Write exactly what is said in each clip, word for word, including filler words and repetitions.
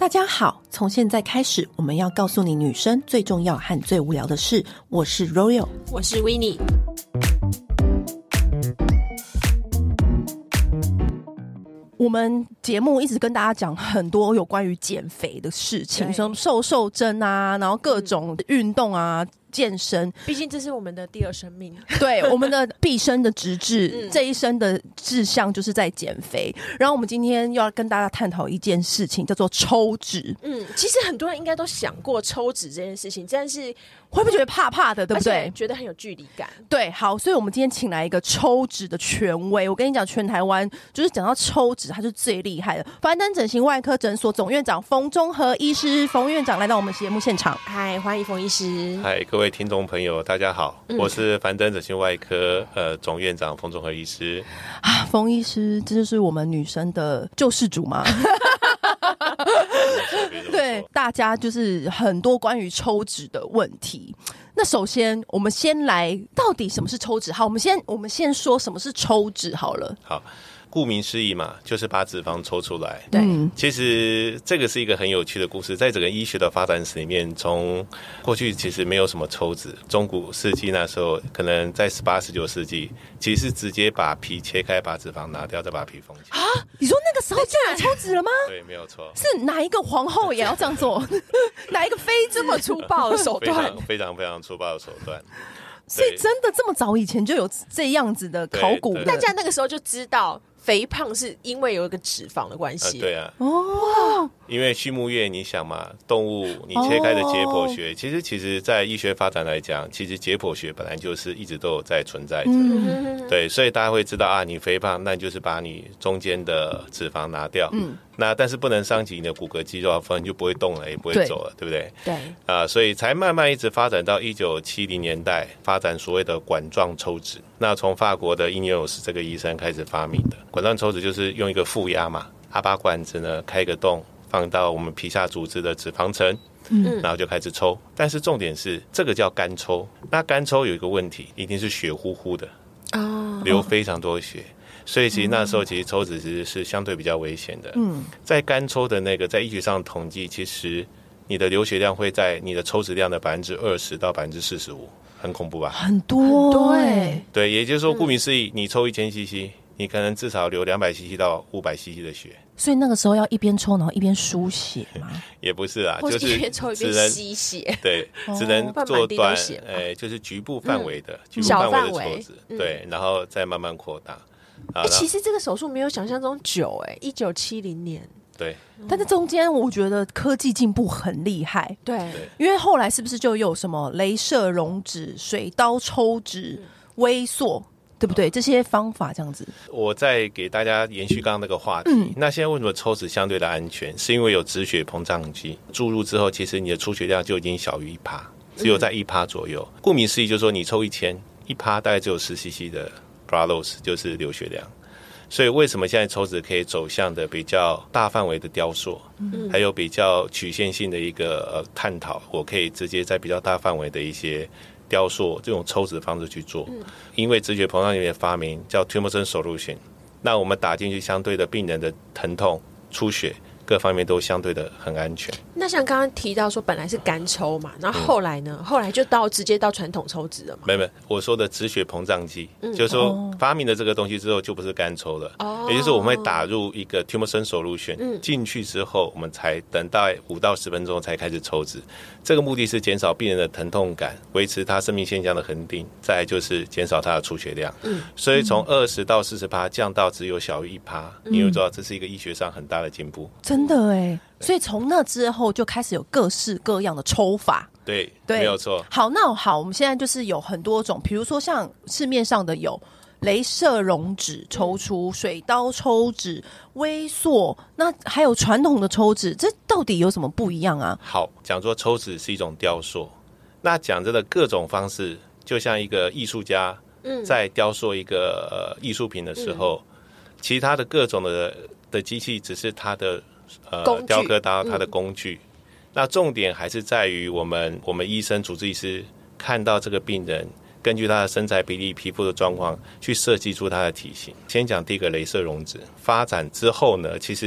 大家好，从现在开始，我们要告诉你女生最重要和最无聊的事。我是 Royal， 我是 Winnie。 我们节目一直跟大家讲很多有关于减肥的事情，什么瘦瘦针啊，然后各种运动啊。嗯健身， 毕竟这是我们的第二生命， 对我们的毕生的职志、嗯、这一生的志向就是在减肥。然后我们今天又要跟大家探讨一件事情，叫做抽脂。 嗯，其实很多人应该都想过抽脂这件事情，但是会不会觉得怕怕的，对不对？ 觉得很有距离感。 对，好，所以我们今天请来一个抽脂的权威。我跟你讲，全台湾就是讲到抽脂，他是最厉害的。凡登整形外科诊所总院长冯中和医师，冯院长来到我们节目现场。 嗨，欢迎冯医师。 嗨，各位听众朋友，大家好，嗯、我是凡登整形外科呃总院长冯中和医师。 啊，冯医师，这就是我们女生的救世主吗？对，大家就是很多关于抽脂的问题。那首先，我们先来，到底什么是抽脂？好，我们先我们先说什么是抽脂好了。 好。顾名思义嘛，就是把脂肪抽出来。 对， 其实这个是一个很有趣的故事，在整个医学的发展史里面，从过去其实没有什么抽脂，中古世纪那时候，可能在十八、十九世纪，其实是直接把皮切开，把脂肪拿掉，再把皮封起来。 啊，你说那个时候就有抽脂了吗？ 对，没有错。 是哪一个皇后也要这样做？哪一个妃这么粗暴的手段？ 非常非常非常粗暴的手段。 所以真的这么早以前就有这样子的考古的？ 大家那个时候就知道肥胖是因为有一个脂肪的关系、 呃。对啊， 哦， 因为畜牧业，你想嘛，动物你切开的解剖学，哦、其实其实在医学发展来讲，其实解剖学本来就是一直都有在存在着。嗯、对，所以大家会知道啊，你肥胖，那就是把你中间的脂肪拿掉。嗯。那但是不能伤及你的骨骼肌肉，不然就不会动了，也不会走了， 对, 对不对？ 对。 啊、呃，所以才慢慢一直发展到一九七零年代，发展所谓的管状抽脂。那从法国的伊尼欧斯这个医生开始发明的管状抽脂，就是用一个负压嘛，他把管子呢开个洞，放到我们皮下组织的脂肪层，嗯，然后就开始抽。但是重点是这个叫干抽，那干抽有一个问题，一定是血乎乎的，哦，流非常多血。所以其实那时候其实抽脂其实是相对比较危险的。嗯，在干抽的那个在医学上统计，其实你的流血量会在你的抽脂量的百分之二十到百分之四十五，很恐怖吧？ 很多， 对对，也就是说，顾名思义，你抽一千 C C， 你可能至少流两百 C C 到五百 C C 的血。 所以那个时候要一边抽，然后一边输血吗？ 也不是啊，就是一边抽一边吸血。 对，只能做短，呃，就是局部范围的、局部范围的抽脂，对，然后再慢慢扩大。 欸、其实这个手术没有想象中久。哎、欸，一九七零年。 对， 但是中间我觉得科技进步很厉害。 对， 因为后来是不是就有什么雷射溶脂、水刀抽脂、微缩，对不对？这些方法这样子。 我再给大家延续刚刚那个话题。嗯、那现在为什么抽脂相对的安全？是因为有止血膨胀剂注入之后，其实你的出血量就已经小于一趴，只有在一趴左右。嗯、顾名思义，就是说你抽一千，一趴大概只有十 C C 的。blood loss 就是流血量，所以为什么现在抽脂可以走向的比较大范围的雕塑，嗯、还有比较曲线性的一个、呃、探讨，我可以直接在比较大范围的一些雕塑这种抽脂方式去做，嗯、因为止血膨胀剂的发明叫 Tumorson Solution， 那我们打进去相对的病人的疼痛、出血各方面都相对的很安全。 那像刚刚提到说本来是干抽嘛，然后后来呢、嗯、后来就到直接到传统抽脂了嘛？ 没有没有，我说的止血膨胀剂、嗯、就是说发明了这个东西之后就不是干抽了、哦、也就是我们会打入一个 Tumorson Solution、嗯、进去之后我们才等到五到十分钟才开始抽脂，这个目的是减少病人的疼痛感，维持他生命现象的恒定，再来就是减少他的出血量、嗯、所以从二十到四十趴降到只有小于一趴、嗯、你会知道这是一个医学上很大的进步。 真的耶，所以从那之后就开始有各式各样的抽法。 对，对，没有错。 好，那好，我们现在就是有很多种，比如说像市面上的有雷射溶脂抽出、水刀抽脂、微缩，那还有传统的抽脂，这到底有什么不一样啊？ 好，讲说抽脂是一种雕塑，那讲这个各种方式，就像一个艺术家在雕塑一个、呃、艺术品的时候，嗯、其他的各种的的机器只是它的呃雕刻到它的工具。嗯，那重点还是在于我们我们医生主治医师看到这个病人，根据他的身材比例、皮肤的状况，去设计出他的体型。先讲第一个雷射溶脂发展之后呢，其实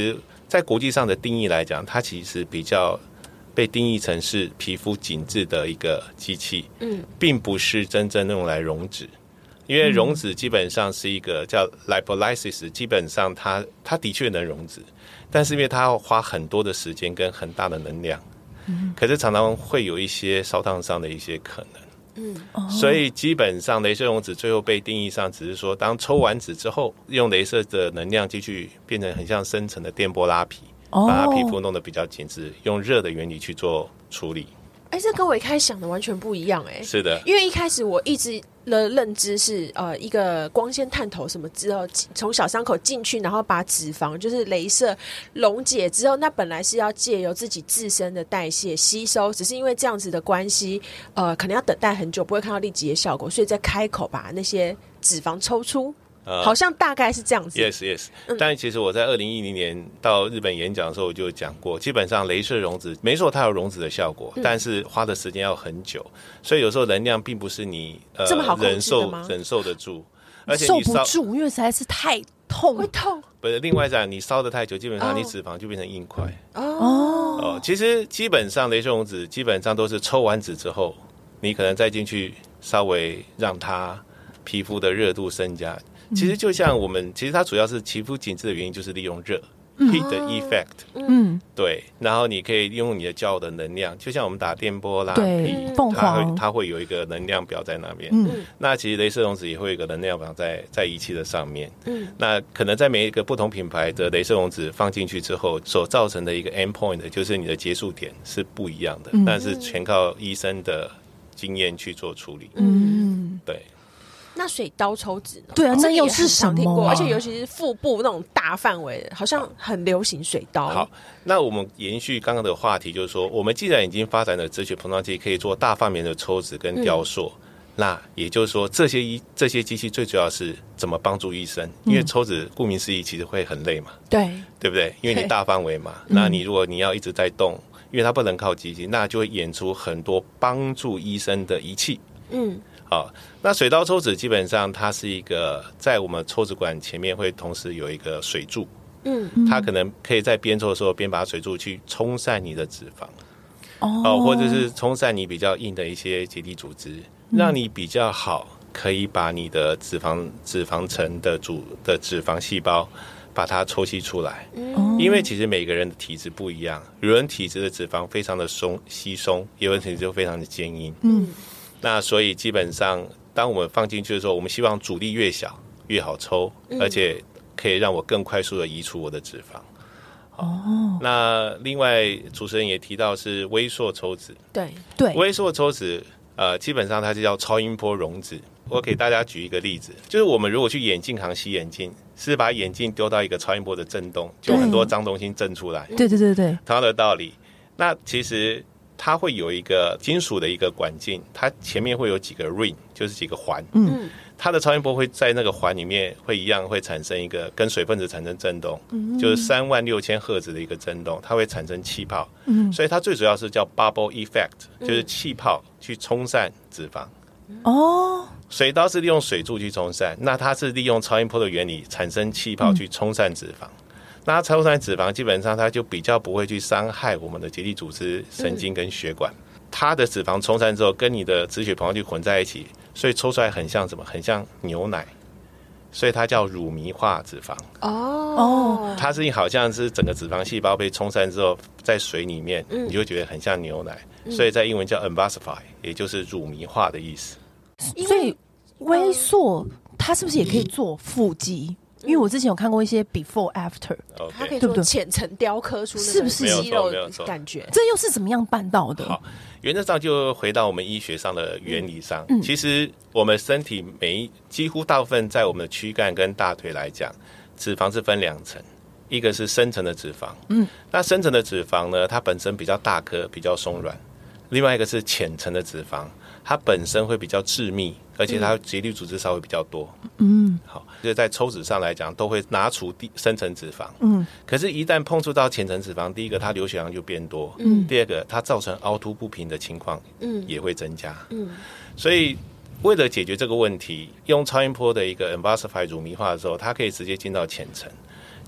在国际上的定义来讲，它其实比较被定义成是皮肤紧致的一个机器，嗯，并不是真正用来溶脂。因为溶脂基本上是一个叫 lipolysis， 基本上它它的确能溶脂，但是因为它要花很多的时间跟很大的能量，嗯，可是常常会有一些烧烫伤的一些可能。嗯，所以基本上雷射溶脂最后被定义上只是说，当抽完脂之后，用雷射的能量继续变成很像深层的电波拉皮，把它皮肤弄得比较紧致，用热的原理去做处理。 哎、欸，这跟我一开始想的完全不一样哎、欸。 是的， 因为一开始我一直的认知是，呃，一个光纤探头什么之后，从小伤口进去，然后把脂肪就是雷射溶解之后，那本来是要借由自己自身的代谢吸收，只是因为这样子的关系，呃，可能要等待很久，不会看到立即的效果，所以在开口把那些脂肪抽出。Uh, 好像大概是这样子。 Yes, yes、嗯。但其实我在二零一零年到日本演讲的时候，我就讲过，基本上雷射溶脂没错，它有溶脂的效果、嗯，但是花的时间要很久，所以有时候能量并不是你呃这么好控制忍受吗忍受得住，而且受你烧不住，因为实在是太痛， 会痛。 不是，另外讲，你烧得太久，基本上你脂肪就变成硬块。 哦哦，其实基本上雷射溶脂基本上都是抽完脂之后，你可能再进去稍微让它皮肤的热度增加。其实就像我们，其实它主要是皮肤紧致的原因，就是利用热、嗯、heat 的 effect， 嗯， 对，然后你可以利用你的胶的能量，就像我们打电波拉皮，凤它会它会有一个能量表在那边。嗯，那其实雷射溶脂也会有一个能量表在在仪器的上面。嗯，那可能在每一个不同品牌的雷射溶脂放进去之后，所造成的一个 end point， 就是你的结束点是不一样的，嗯、但是全靠医生的经验去做处理。嗯，对。 那水刀抽脂呢？ 对啊，那又是什么、啊？ 而且尤其是腹部那种大范围的，好像很流行水刀。 好，那我们延续刚刚的话题，就是说，我们既然已经发展了止血膨胀剂，可以做大范围的抽脂跟雕塑，嗯、那也就是说，这些医这些机器最主要是怎么帮助医生？因为抽脂顾名思义，其实会很累嘛， 对对不对？因为你大范围嘛，那你如果你要一直在动，因为它不能靠机器，那就会演出很多帮助医生的仪器。嗯。好，那水刀抽脂基本上它是一个在我们抽脂管前面会同时有一个水柱，嗯，它可能可以在边抽的时候边把水柱去冲散你的脂肪，哦、呃，或者是冲散你比较硬的一些结缔组织，让你比较好可以把你的脂肪脂肪层的主的脂肪细胞把它抽吸出来，嗯，因为其实每个人的体质不一样，有人体质的脂肪非常的松稀松，有人体质就非常的坚硬，嗯。那所以基本上，当我们放进去的时候，我们希望阻力越小越好抽，嗯、而且可以让我更快速的移除我的脂肪。哦。那另外主持人也提到是微缩抽脂， 对对， 微缩抽脂，呃，基本上它就叫超音波溶脂。我给大家举一个例子，就是我们如果去眼镜行洗眼镜，是把眼镜丢到一个超音波的震动，就很多脏东西震出来。 对对对对， 同样的道理。那其实。它会有一个金属的一个管径，它前面会有几个 ring， 就是几个环。嗯，它的超音波会在那个环里面会一样会产生一个跟水分子产生震动，嗯、就是三万六千赫兹的一个震动，它会产生气泡。嗯，所以它最主要是叫 bubble effect， 就是气泡去冲散脂肪。哦，水刀是利用水柱去冲散，那它是利用超音波的原理产生气泡去冲散脂肪。嗯，那它抽散脂肪，基本上它就比较不会去伤害我们的结缔组织、神经跟血管。嗯、它的脂肪冲散之后，跟你的止血膨胀剂混在一起，所以抽出来很像什么？很像牛奶，所以它叫乳糜化脂肪。哦，它是好像是整个脂肪细胞被冲散之后，在水里面，嗯、你就会觉得很像牛奶，嗯、所以在英文叫 emulsify， 也就是乳糜化的意思。 所以微缩它是不是也可以做腹肌？因为我之前有看过一些 before after， 它可以做浅层雕刻出那个肌肉感觉， 这又是怎么样办到的？ 好，原则上就回到我们医学上的原理上。嗯、其实我们身体每一几乎大部分在我们的躯干跟大腿来讲，脂肪是分两层，一个是深层的脂肪，嗯，那深层的脂肪呢，它本身比较大颗，比较松软；另外一个是浅层的脂肪。它本身会比较致密，而且它结缔组织稍微比较多。嗯，好，就是在抽脂上来讲，都会拿除深层脂肪。嗯，可是，一旦碰触到浅层脂肪，第一个它流血量就变多，嗯，第二个它造成凹凸不平的情况，嗯，也会增加。嗯，所以为了解决这个问题，用超音波的一个 emulsify 乳糜化的时候，它可以直接进到浅层。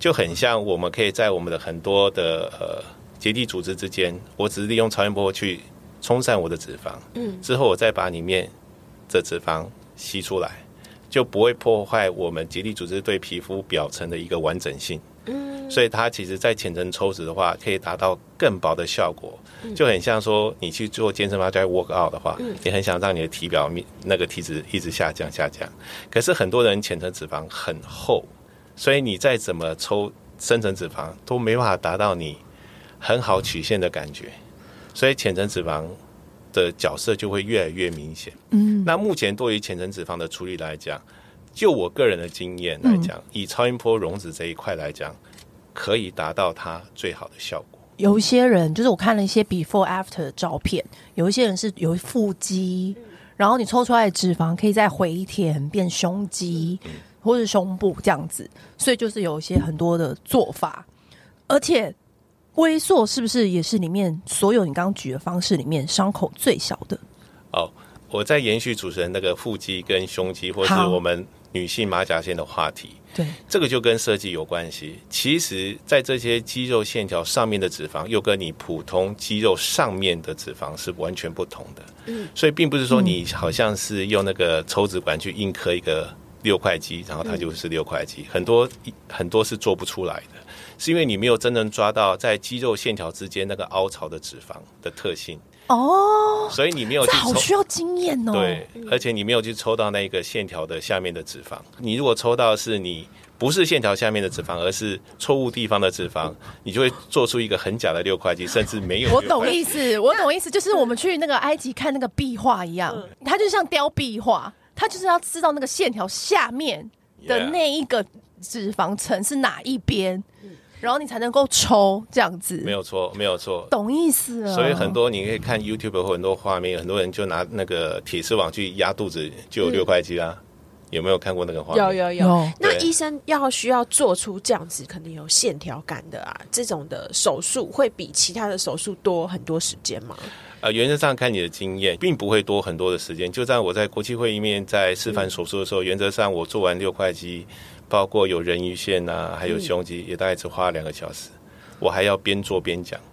就很像我们可以在我们的很多的呃结缔组织之间，我只是利用超音波去冲散我的脂肪，嗯，之后我再把里面的脂肪吸出来，就不会破坏我们结缔组织对皮肤表层的一个完整性。嗯，所以它其实在浅层抽脂的话，可以达到更薄的效果，就很像说你去做健身房在 work out 的话，嗯，你很想让你的体表那个体脂一直下降下降，可是很多人浅层脂肪很厚，所以你再怎么抽深层脂肪都没办法达到你很好曲线的感觉，所以浅层脂肪的角色就会越来越明显。嗯，那目前对于浅层脂肪的处理来讲，就我个人的经验来讲，嗯，以超音波溶脂这一块来讲，可以达到它最好的效果。 有一些人就是我看了一些 before after 的照片，有一些人是有腹肌，嗯，然后你抽出来的脂肪可以再回填变胸肌，嗯，或是胸部这样子，所以就是有一些很多的做法。而且微塑是不是也是里面所有你刚刚举的方式里面伤口最小的？ 哦，我在延续主持人那个腹肌跟胸肌，或是我们女性马甲线的话题， 对， 这个就跟设计有关系。其实在这些肌肉线条上面的脂肪又跟你普通肌肉上面的脂肪是完全不同的，嗯，所以并不是说你好像是用那个抽脂管去硬刻一个六块肌，然后它就是六块肌，很多很多是做不出来的，是因为你没有真正抓到在肌肉线条之间那个凹槽的脂肪的特性哦，所以你没有去抽， 这好需要经验哦。 对，而且你没有去抽到那个线条的下面的脂肪。你如果抽到的是你不是线条下面的脂肪，而是错误地方的脂肪，你就会做出一个很假的六块肌，甚至没有。 我懂意思，我懂意思，就是我们去那个埃及看那个壁画一样，嗯，它就像雕壁画，它就是要知道那个线条下面的那一个脂肪层是哪一边。嗯，然后你才能够抽这样子， 没有错，没有错， 懂意思了。 所以很多你可以看 YouTube 或很多画面，很多人就拿那个铁丝网去压肚子，就有六块肌啦。嗯，有没有看过那个画面？ 有有有。那医生要需要做出这样子可能有线条感的啊，这种的手术会比其他的手术多很多时间吗？ 呃，原则上看你的经验，并不会多很多的时间。就在我在国际会议面在示范手术的时候，嗯，原则上我做完六块肌，包括有人鱼线啊，还有胸肌，嗯，也大概只花两个小时。我还要边做边讲。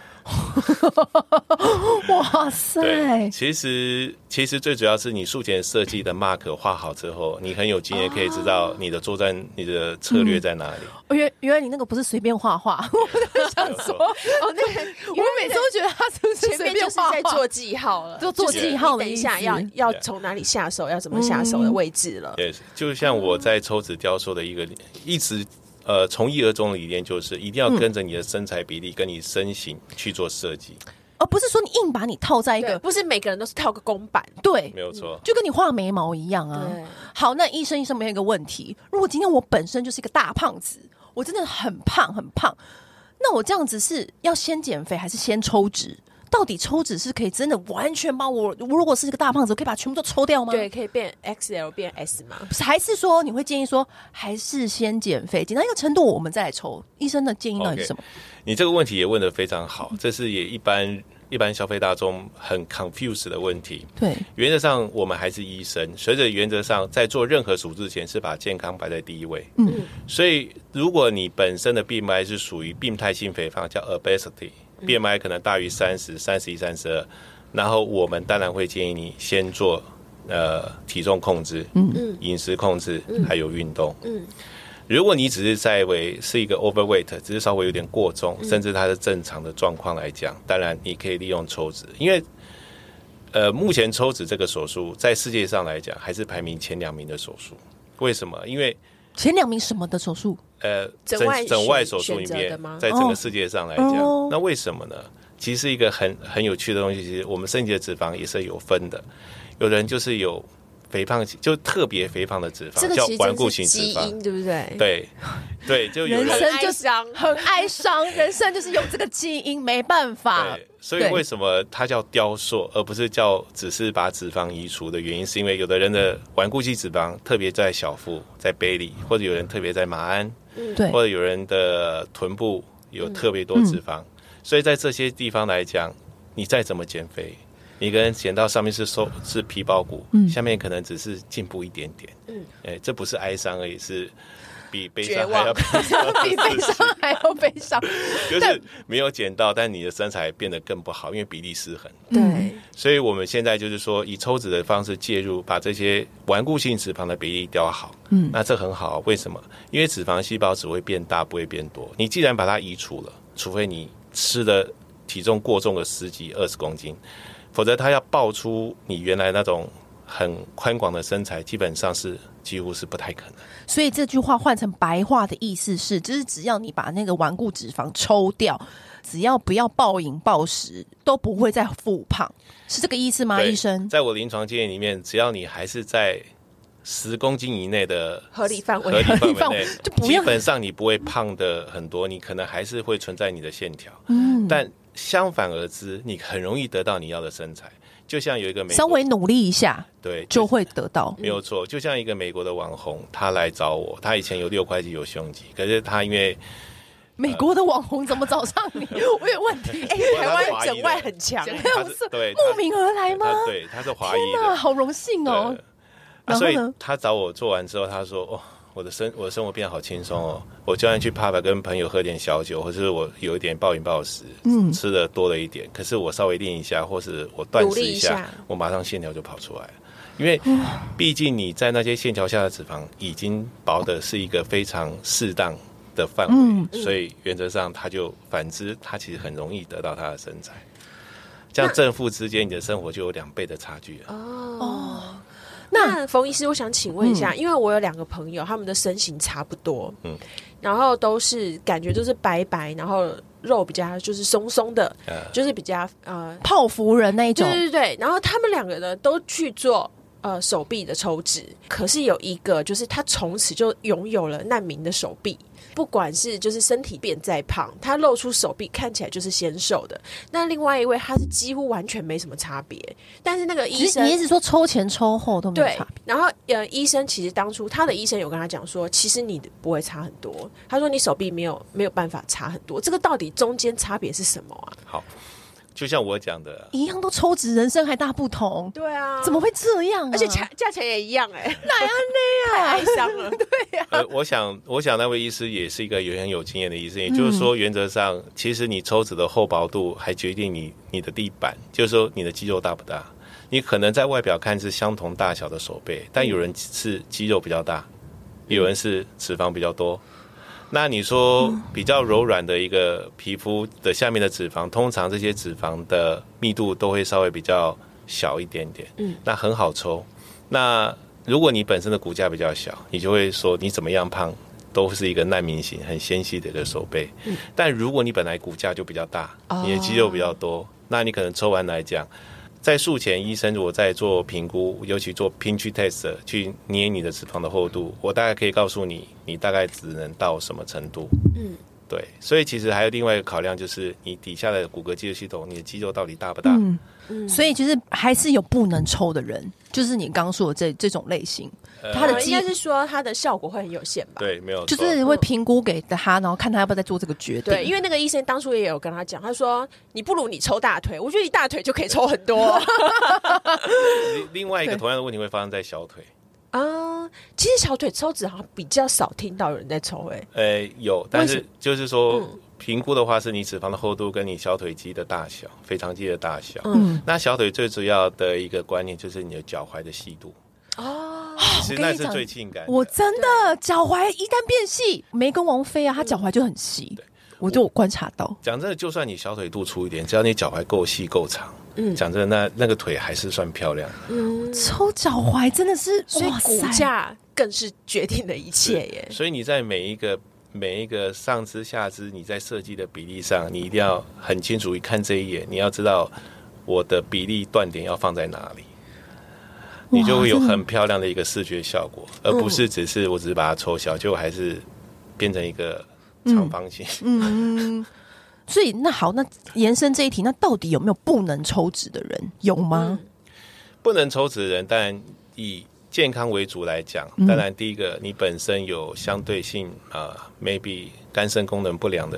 哇塞！ 其实其实最主要是你术前设计的 mark 画好之后，你很有经验，可以知道你的作战、你的策略在哪里。 嗯，原原来你那个不是随便画画，我在想说，哦，那个我每次都觉得他是不是随便画画， 前面就是在做记号了， 就做记号的意思。等一下要要从哪里下手，要怎么下手的位置了。 对，就像我在抽脂雕塑的一个一直。呃，从一而终的理念就是一定要跟着你的身材比例跟你身形去做设计， 而不是说你硬把你套在一个， 不是每个人都是套个公版， 对， 没有错， 就跟你画眉毛一样啊。好，那医生医生没有一个问题，如果今天我本身就是一个大胖子，我真的很胖很胖，那我这样子是要先减肥还是先抽脂？到底抽脂是可以真的完全把我，我如果是一个大胖子，可以把全部都抽掉吗？ 对，可以变 X L 变 S 吗？ 还是说你会建议说，还是先减肥，减到一个程度我们再来抽？医生的建议到底是什么？ Okay. 你这个问题也问得非常好，这是也一般一般消费大众很 confused 的问题。 对， 原则上我们还是医生，所以原则上在做任何手术之前是把健康摆在第一位。嗯，所以如果你本身的 B M I 是属于病态性肥胖，叫 obesity。B M I 可能大于三十、三十一、三十二，然后我们当然会建议你先做呃体重控制、嗯、饮食控制，嗯、还有运动。嗯，如果你只是在为是一个 overweight， 只是稍微有点过重，嗯、甚至它是正常的状况来讲，当然你可以利用抽脂，因为呃目前抽脂这个手术在世界上来讲还是排名前两名的手术。为什么？因为前两名什么的手术？ 呃，整整外手术里面，在整个世界上来讲，哦、那为什么呢？其实是一个很很有趣的东西。其实我们身体的脂肪也是有分的，有人就是有肥胖，就特别肥胖的脂肪， 这个叫顽固型脂肪， 基因对不对？ 对对，就有人人生就是很哀伤，人生就是有这个基因，没办法。 对，所以为什么它叫雕塑，而不是叫只是把脂肪移除的原因，是因为有的人的顽固性脂肪特别在小腹，在背里，或者有人特别在马鞍， 对， 或者有人的臀部有特别多脂肪，嗯、所以在这些地方来讲，你再怎么减肥，你可能减到上面是瘦是皮包骨，嗯、下面可能只是进步一点点，嗯，哎，这不是哀伤而已，是比悲伤还要悲伤， 比悲伤还要悲伤， 就是没有减到，但你的身材变得更不好，因为比例失衡。 对， 所以我们现在就是说，以抽脂的方式介入，把这些顽固性脂肪的比例调好。嗯，那这很好，为什么？因为脂肪细胞只会变大，不会变多。你既然把它移除了，除非你吃的体重过重的十几、二十公斤，否则它要爆出你原来那种很宽广的身材，基本上是几乎是不太可能。 所以这句话换成白话的意思是，就是只要你把那个顽固脂肪抽掉，只要不要暴饮暴食，都不会再复胖，是这个意思吗？医生， 在我临床经验里面，只要你还是在十公斤以内的合理范围， 合理范围内， 就不要， 基本上你不会胖的很多，你可能还是会存在你的线条。嗯，但相反而之，你很容易得到你要的身材。就像有一个美国稍微努力一下， 对， 就会得到， 没有错。就像一个美国的网红，他来找我，他以前有六块肌，有胸肌，可是他因为美国的网红怎么找上你？我有问题。 哎、欸，台湾整外很强， 对， 慕名而来吗？ 对，他是华裔的， 天哪，好荣幸哦。 啊、所以他找我做完之后，他说：“哦，我的生我的生活变得好轻松哦，我就算去啪啪跟朋友喝点小酒，或是我有一点暴饮暴食，嗯，吃的多了一点，可是我稍微练一下，或是我断食一下，我马上线条就跑出来了。因为毕竟你在那些线条下的脂肪已经薄的是一个非常适当的范围，嗯、所以原则上它就反之，它其实很容易得到它的身材。这样正负之间，你的生活就有两倍的差距了。 哦。那冯医师，我想请问一下，嗯、因为我有两个朋友，他们的身形差不多，嗯，然后都是感觉都是白白，然后肉比较就是松松的，呃、就是比较呃泡芙人那一种， 对对对。然后他们两个呢都去做呃手臂的抽脂，可是有一个就是他从此就拥有了难民的手臂。不管是就是身体变再胖，他露出手臂看起来就是纤瘦的。那另外一位他是几乎完全没什么差别，但是那个医生， 你一直说抽前抽后都没有差别。 然后呃，医生其实当初他的医生有跟他讲说，其实你不会差很多。他说你手臂没有没有办法差很多，这个到底中间差别是什么啊？ 好。就像我讲的， 一样都抽脂，人生还大不同。 对啊， 怎么会这样、啊？ 而且价价钱也一样哎、欸， 哪样那样？ 太哀伤了。对呀、啊呃，我想，我想那位医师也是一个有很有经验的医生，也就是说，原则上，其实你抽脂的厚薄度还决定你你的地板，就是说你的肌肉大不大。你可能在外表看是相同大小的手背，但有人是肌肉比较大，有人是脂肪比较多。那你说比较柔软的一个皮肤的下面的脂肪，通常这些脂肪的密度都会稍微比较小一点点，嗯，那很好抽。那如果你本身的骨架比较小，你就会说你怎么样胖都是一个难民型，很纤细的一个手背。嗯、但如果你本来骨架就比较大，你的肌肉比较多，哦、那你可能抽完来讲。在术前，医生如果在做评估，尤其做 pinch test 去捏你的脂肪的厚度，我大概可以告诉你，你大概只能到什么程度。嗯，对，所以其实还有另外一个考量，就是你底下的骨骼肌肉系统，你的肌肉到底大不大？ 嗯嗯，所以就是还是有不能抽的人，就是你刚刚说的这这种类型， 呃、他的应该是说他的效果会很有限吧？ 对，没有错， 就是会评估给他，然后看他要不要再做这个决定。 对，因为那个医生当初也有跟他讲，他说你不如你抽大腿，我觉得你大腿就可以抽很多。 另外一个同样的问题会发生在小腿。 啊、呃，其实小腿抽脂好像比较少听到有人在抽、欸，哎， 呃，有，但是就是说。嗯评估的话，是你脂肪的厚度跟你小腿肌的大小、腓肠肌的大小。嗯，那小腿最主要的一个观念就是你的脚踝的细度。哦，其实那是最性感的。 我真的脚踝一旦变细，没跟王菲啊，她脚踝就很细。对，我就观察到。 讲真的，就算你小腿肚粗一点，只要你脚踝够细够长，嗯，讲真的，那那个腿还是算漂亮。 嗯，抽脚踝真的是， 所以骨架更是决定了一切耶。 所以你在每一个。每一个上肢下肢你在设计的比例上，你一定要很清楚一看这一眼，你要知道我的比例断点要放在哪里，你就会有很漂亮的一个视觉效果，而不是只是我只是把它抽小，结果还是变成一个长方形。 嗯，嗯所以那好，那延伸这一题，那到底有没有不能抽脂的人？有吗？ 嗯、不能抽脂的人，当然以健康为主来讲，当然第一个，你本身有相对性啊、呃、，maybe 肝肾功能不良的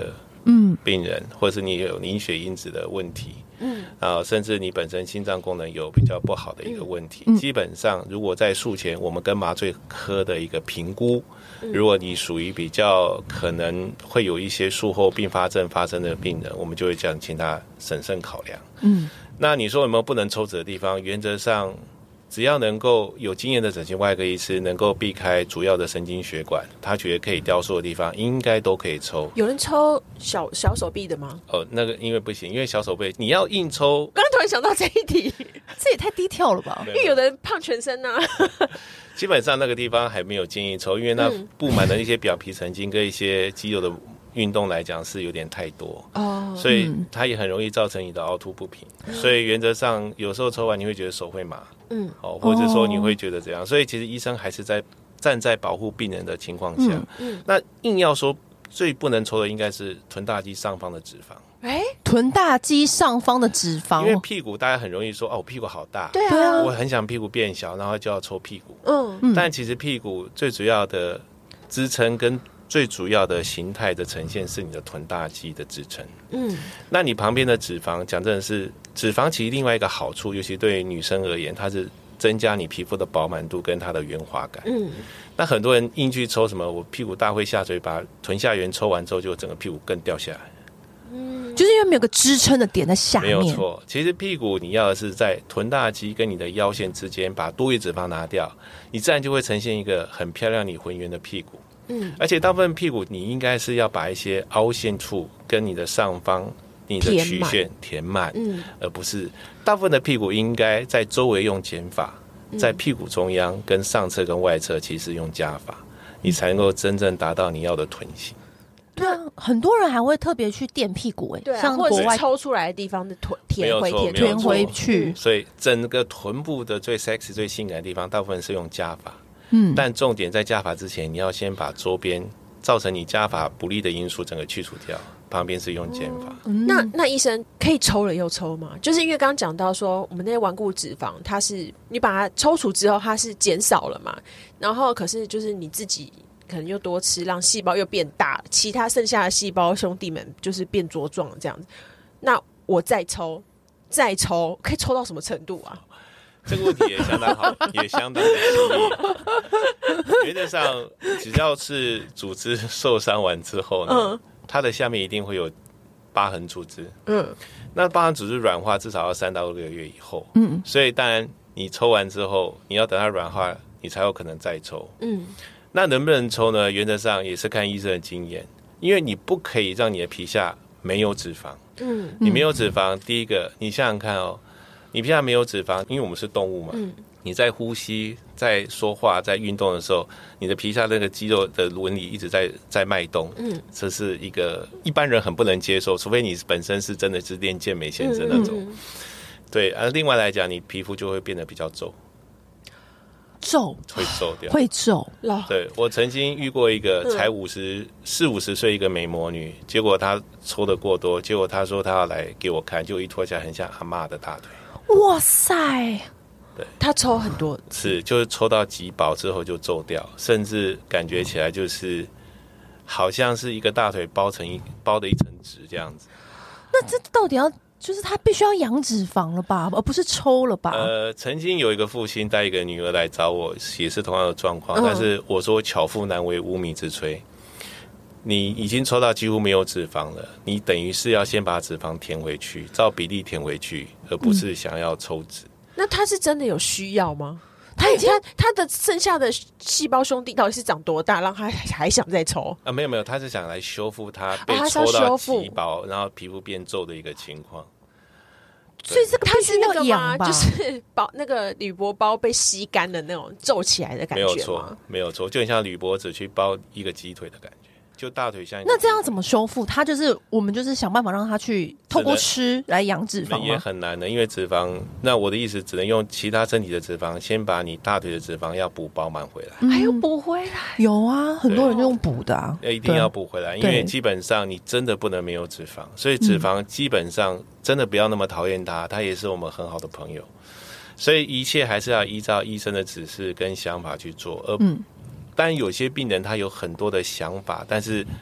病人，嗯、或是你有凝血因子的问题，嗯，啊，甚至你本身心脏功能有比较不好的一个问题，嗯、基本上如果在术前我们跟麻醉科的一个评估，嗯、如果你属于比较可能会有一些术后并发症发生的病人，我们就会这样请他审慎考量。嗯，那你说有没有不能抽脂的地方？原则上，只要能够有经验的整形外科医师能够避开主要的神经血管，他觉得可以雕塑的地方，应该都可以抽。 有人抽小小手臂的吗？ 哦，那个因为不行，因为小手臂你要硬抽。 刚刚突然想到这一题， 这也太低调了吧？ 因为有的人胖全身啊。 基本上那个地方还没有建议抽，因为那布满了一些表皮神经跟一些肌肉的运动来讲是有点太多哦，所以它也很容易造成你的凹凸不平。嗯、所以原则上有时候抽完你会觉得手会麻，嗯，哦，或者说你会觉得这样，所以其实医生还是在站在保护病人的情况下，嗯嗯、那硬要说最不能抽的应该是臀大肌上方的脂肪。 哎，臀大肌上方的脂肪， 因为屁股大家很容易说哦，我屁股好大， 对啊， 我很想屁股变小，然后就要抽屁股。嗯，但其实屁股最主要的支撑跟最主要的形态的呈现是你的臀大肌的支撑。嗯，那你旁边的脂肪，讲真的是脂肪，其实另外一个好处，尤其对女生而言，它是增加你皮肤的饱满度跟它的圆滑感。嗯，那很多人硬去抽什么，我屁股大会下垂，把臀下缘抽完之后，就整个屁股更掉下来。 嗯，就是因为没有个支撑的点在下面。 没有错，其实屁股你要的是在臀大肌跟你的腰线之间把多余脂肪拿掉，你自然就会呈现一个很漂亮你浑圆的屁股。嗯，而且大部分屁股你应该是要把一些凹陷处跟你的上方你的曲线填满，嗯，而不是大部分的屁股应该在周围用减法，在屁股中央跟上侧跟外侧其实用加法，你才能够真正达到你要的臀型。 对啊，很多人还会特别去垫屁股、欸，哎、 啊，像国外抽出来的地方的臀填回填填回去， 所以整个臀部的最 sexy 最性感的地方，大部分是用加法。嗯，但重点在加法之前，你要先把周边造成你加法不利的因素整个去除掉，旁边是用减法。 哦、那那医生可以抽了又抽吗？就是因为刚刚讲到说，我们那些顽固脂肪，它是你把它抽除之后，它是减少了嘛，然后可是就是你自己。可能又多吃，让细胞又变大，其他剩下的细胞兄弟们就是变茁壮这样子。那我再抽，再抽，可以抽到什么程度啊？ 这个问题也相当好，也相当的细腻。原则上，只要是组织受伤完之后呢，嗯、它的下面一定会有疤痕组织。嗯，那疤痕组织软化至少要三到六个月以后。嗯，所以当然你抽完之后，你要等它软化，你才有可能再抽。嗯。那能不能抽呢？原则上也是看医生的经验，因为你不可以让你的皮下没有脂肪。嗯，你没有脂肪，第一个，你想想看哦，你皮下没有脂肪，因为我们是动物嘛，嗯、你在呼吸、在说话、在运动的时候，你的皮下那个肌肉的纹理一直在在脉动。嗯，这是一个一般人很不能接受，除非你本身是真的是练健美先生那种。嗯、对，而另外来讲，你皮肤就会变得比较皱。 皱会皱掉， 会皱。 对，我曾经遇过一个才五十四五十岁一个美魔女，结果她抽的过多，结果她说她要来给我看，就一脱下来很像阿嬷的大腿。 哇塞！ 对， 她抽很多， 是就是抽到极薄之后就皱掉，甚至感觉起来就是好像是一个大腿包成一包的一层纸这样子。 那这到底要？就是他必须要养脂肪了吧，而不是抽了吧？ 呃，曾经有一个父亲带一个女儿来找我，也是同样的状况，嗯、但是我说巧妇难为无米之炊，你已经抽到几乎没有脂肪了，你等于是要先把脂肪填回去，照比例填回去，而不是想要抽脂。嗯、 那他是真的有需要吗？他已经他他的剩下的细胞兄弟到底是长多大，让他还想再抽啊？没有没有，他是想来修复他被抽到极薄，然后皮肤变皱的一个情况。 所以这个他是那个吗？就是包那个铝箔包被吸干的那种皱起来的感觉吗？ 没有错，没有错，就很像铝箔纸去包一个鸡腿的感觉。就大腿像。 那这样怎么修复？它就是我们就是想办法让它去透过吃来养脂肪吗？ 也很难的，因为脂肪。那我的意思只能用其他身体的脂肪，先把你大腿的脂肪要补饱满回来。 嗯、还有补回来？ 有啊，很多人就用补的啊。 一定要补回来，因为基本上你真的不能没有脂肪，所以脂肪基本上真的不要那么讨厌它，它也是我们很好的朋友。所以一切还是要依照医生的指示跟想法去做，而。嗯当然有些病人他有很多的想法，但是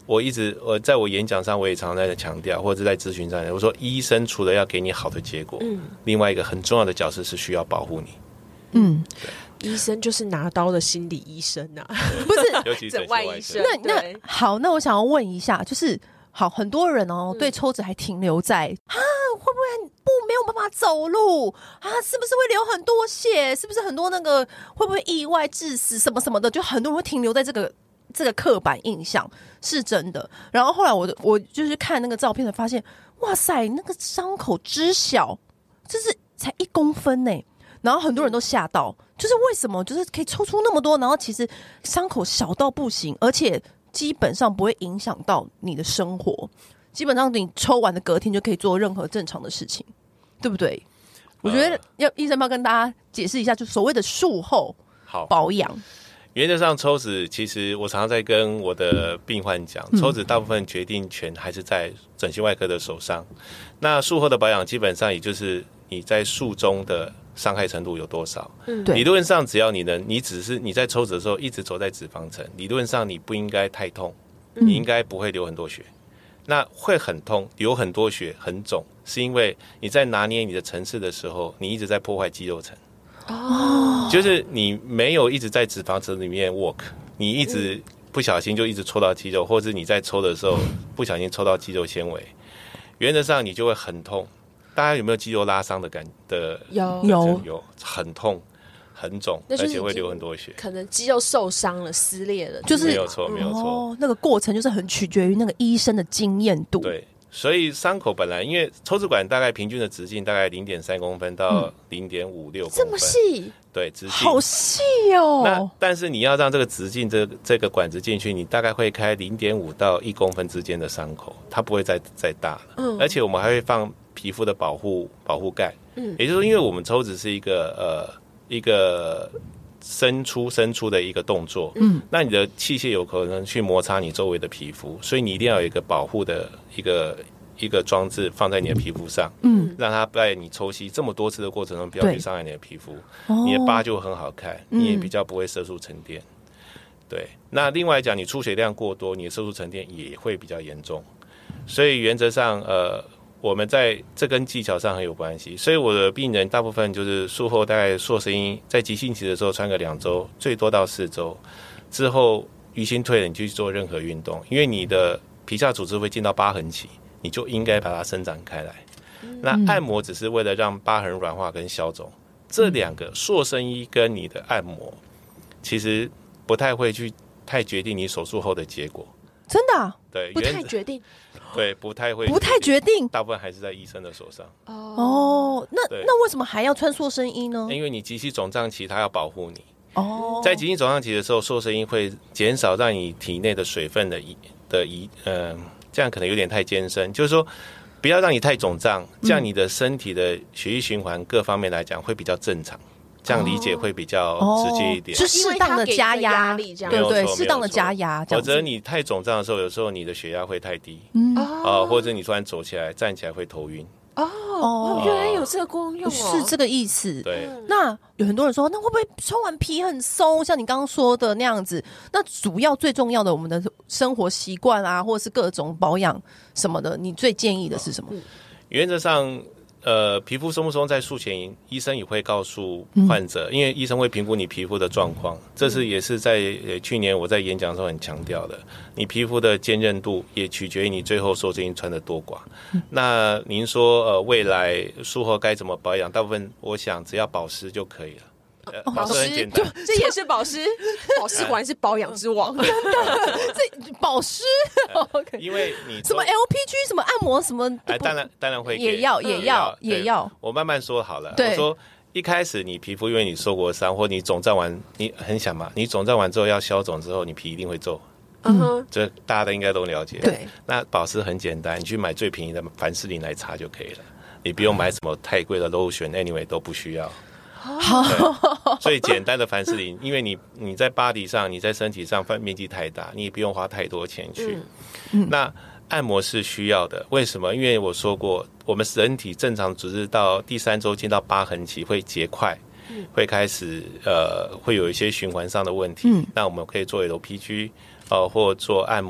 我一直我在我演讲上我也常常在强调，或者在咨询上，我说医生除了要给你好的结果，嗯，另外一个很重要的角色是需要保护你。 嗯， 医生就是拿刀的心理医生啊， 不是尤其整外医生。 那那好，那我想要问一下，就是好，很多人哦、嗯、对抽脂还停留在啊会不会不没有办法走路啊，是不是会流很多血，是不是很多那个会不会意外致死什么什么的，就很多人会停留在这个这个刻板印象，是真的。然后后来我我就是看那个照片才发现，哇塞，那个伤口之小，就是才一公分呢。然后很多人都吓到，就是为什么就是可以抽出那么多，然后其实伤口小到不行，而且基本上不会影响到你的生活，基本上你抽完的隔天就可以做任何正常的事情，对不对？我觉得要医生要跟大家解释一下，就所谓的术后保养。 原则上抽脂，其实我常常在跟我的病患讲，抽脂大部分决定权还是在整形外科的手上。那术后的保养基本上也就是你在术中的伤害程度有多少？嗯，理论上只要你能，你只是你在抽脂的时候一直走在脂肪层，理论上你不应该太痛，你应该不会流很多血。那会很痛、流很多血、很肿，是因为你在拿捏你的层次的时候，你一直在破坏肌肉层。哦，就是你没有一直在脂肪层里面 work， 你一直不小心就一直抽到肌肉，或者你在抽的时候不小心抽到肌肉纤维，原则上你就会很痛。大家有没有肌肉拉伤的感的？ 有有有，很痛。很肿，而且会流很多血， 可能肌肉受伤了、撕裂了， 就是没有错，没有错、 哦。那个过程就是很取决于那个医生的经验度。 对，所以伤口本来因为抽脂管大概平均的直径大概零点三公分到零点五六公分， 这么细， 对，直径好细哦。 那但是你要让这个直径这这个管子进去，你大概会开零点五到一公分之间的伤口，它不会再再大了。嗯，而且我们还会放皮肤的保护保护盖。嗯，也就是说，因为我们抽脂是一个呃。一个伸出伸出的一个动作，嗯，那你的器械有可能去摩擦你周围的皮肤，所以你一定要有一个保护的一个一个装置放在你的皮肤上，嗯，让它在你抽吸这么多次的过程中不要去伤害你的皮肤，你的疤就很好看，你也比较不会色素沉淀。对，那另外讲，你出血量过多，你的色素沉淀也会比较严重，所以原则上，呃。我们在这跟技巧上很有关系，所以我的病人大部分就是术后大概塑身衣在急性期的时候穿个两周，最多到四周之后淤青退了，你就去做任何运动，因为你的皮下组织会进到疤痕期，你就应该把它伸展开来。嗯、那按摩只是为了让疤痕软化跟消肿，这两个塑身衣跟你的按摩其实不太会去太决定你手术后的结果。 真的、啊？ 对， 不太决定。 对，不太会， 不太决定， 大部分还是在医生的手上。 哦，那那为什么还要穿塑身衣呢？ 因为你急性肿胀期，它要保护你。哦，在急性肿胀期的时候，塑身衣会减少让你体内的水分的移的移，呃，这样可能有点太艰深。就是说，不要让你太肿胀，这样你的身体的血液循环各方面来讲会比较正常。这样理解会比较直接一点， 是适当的加压，对对，适当的加压。 否则你太肿胀的时候，有时候你的血压会太低，嗯啊，或者你突然走起来、站起来会头晕。 哦，原来有这个功用， 是这个意思。 对， 那有很多人说，那会不会抽完皮很松，像你刚刚说的那样子？那主要最重要的，我们的生活习惯啊，或者是各种保养什么的，你最建议的是什么？ 原则上。呃，皮肤松不松，在术前医生也会告诉患者，嗯、因为医生会评估你皮肤的状况，这是也是在、呃、去年我在演讲的时候很强调的。你皮肤的坚韧度也取决于你最后塑身衣穿的多寡。嗯、那您说呃，未来术后该怎么保养？大部分我想只要保湿就可以了。呃、保湿很简单， 这也是保湿，保湿果然是保养之王。 这保湿、 呃，因为你什么 L P G 什么按摩什么， 哎，当然当然会给也要也要也要。 我慢慢说好了。我说一开始你皮肤因为你受过伤，或你肿胀完，你很想嘛，你肿胀完之后要消肿之后，你皮一定会皱。嗯哼，这大家都应该都了解。 对， 那保湿很简单，你去买最便宜的凡士林来擦就可以了，你不用买什么太贵的 lotion，anyway 都不需要。好，最简单的凡士林，因为你你在巴黎上，你在身体上面积太大，你也不用花太多钱去。嗯、那按摩是需要的，为什么？因为我说过，我们人体正常组织到第三周进到疤痕期会结块，嗯、会开始呃会有一些循环上的问题。嗯、那我们可以做 L P G 呃或做按摩，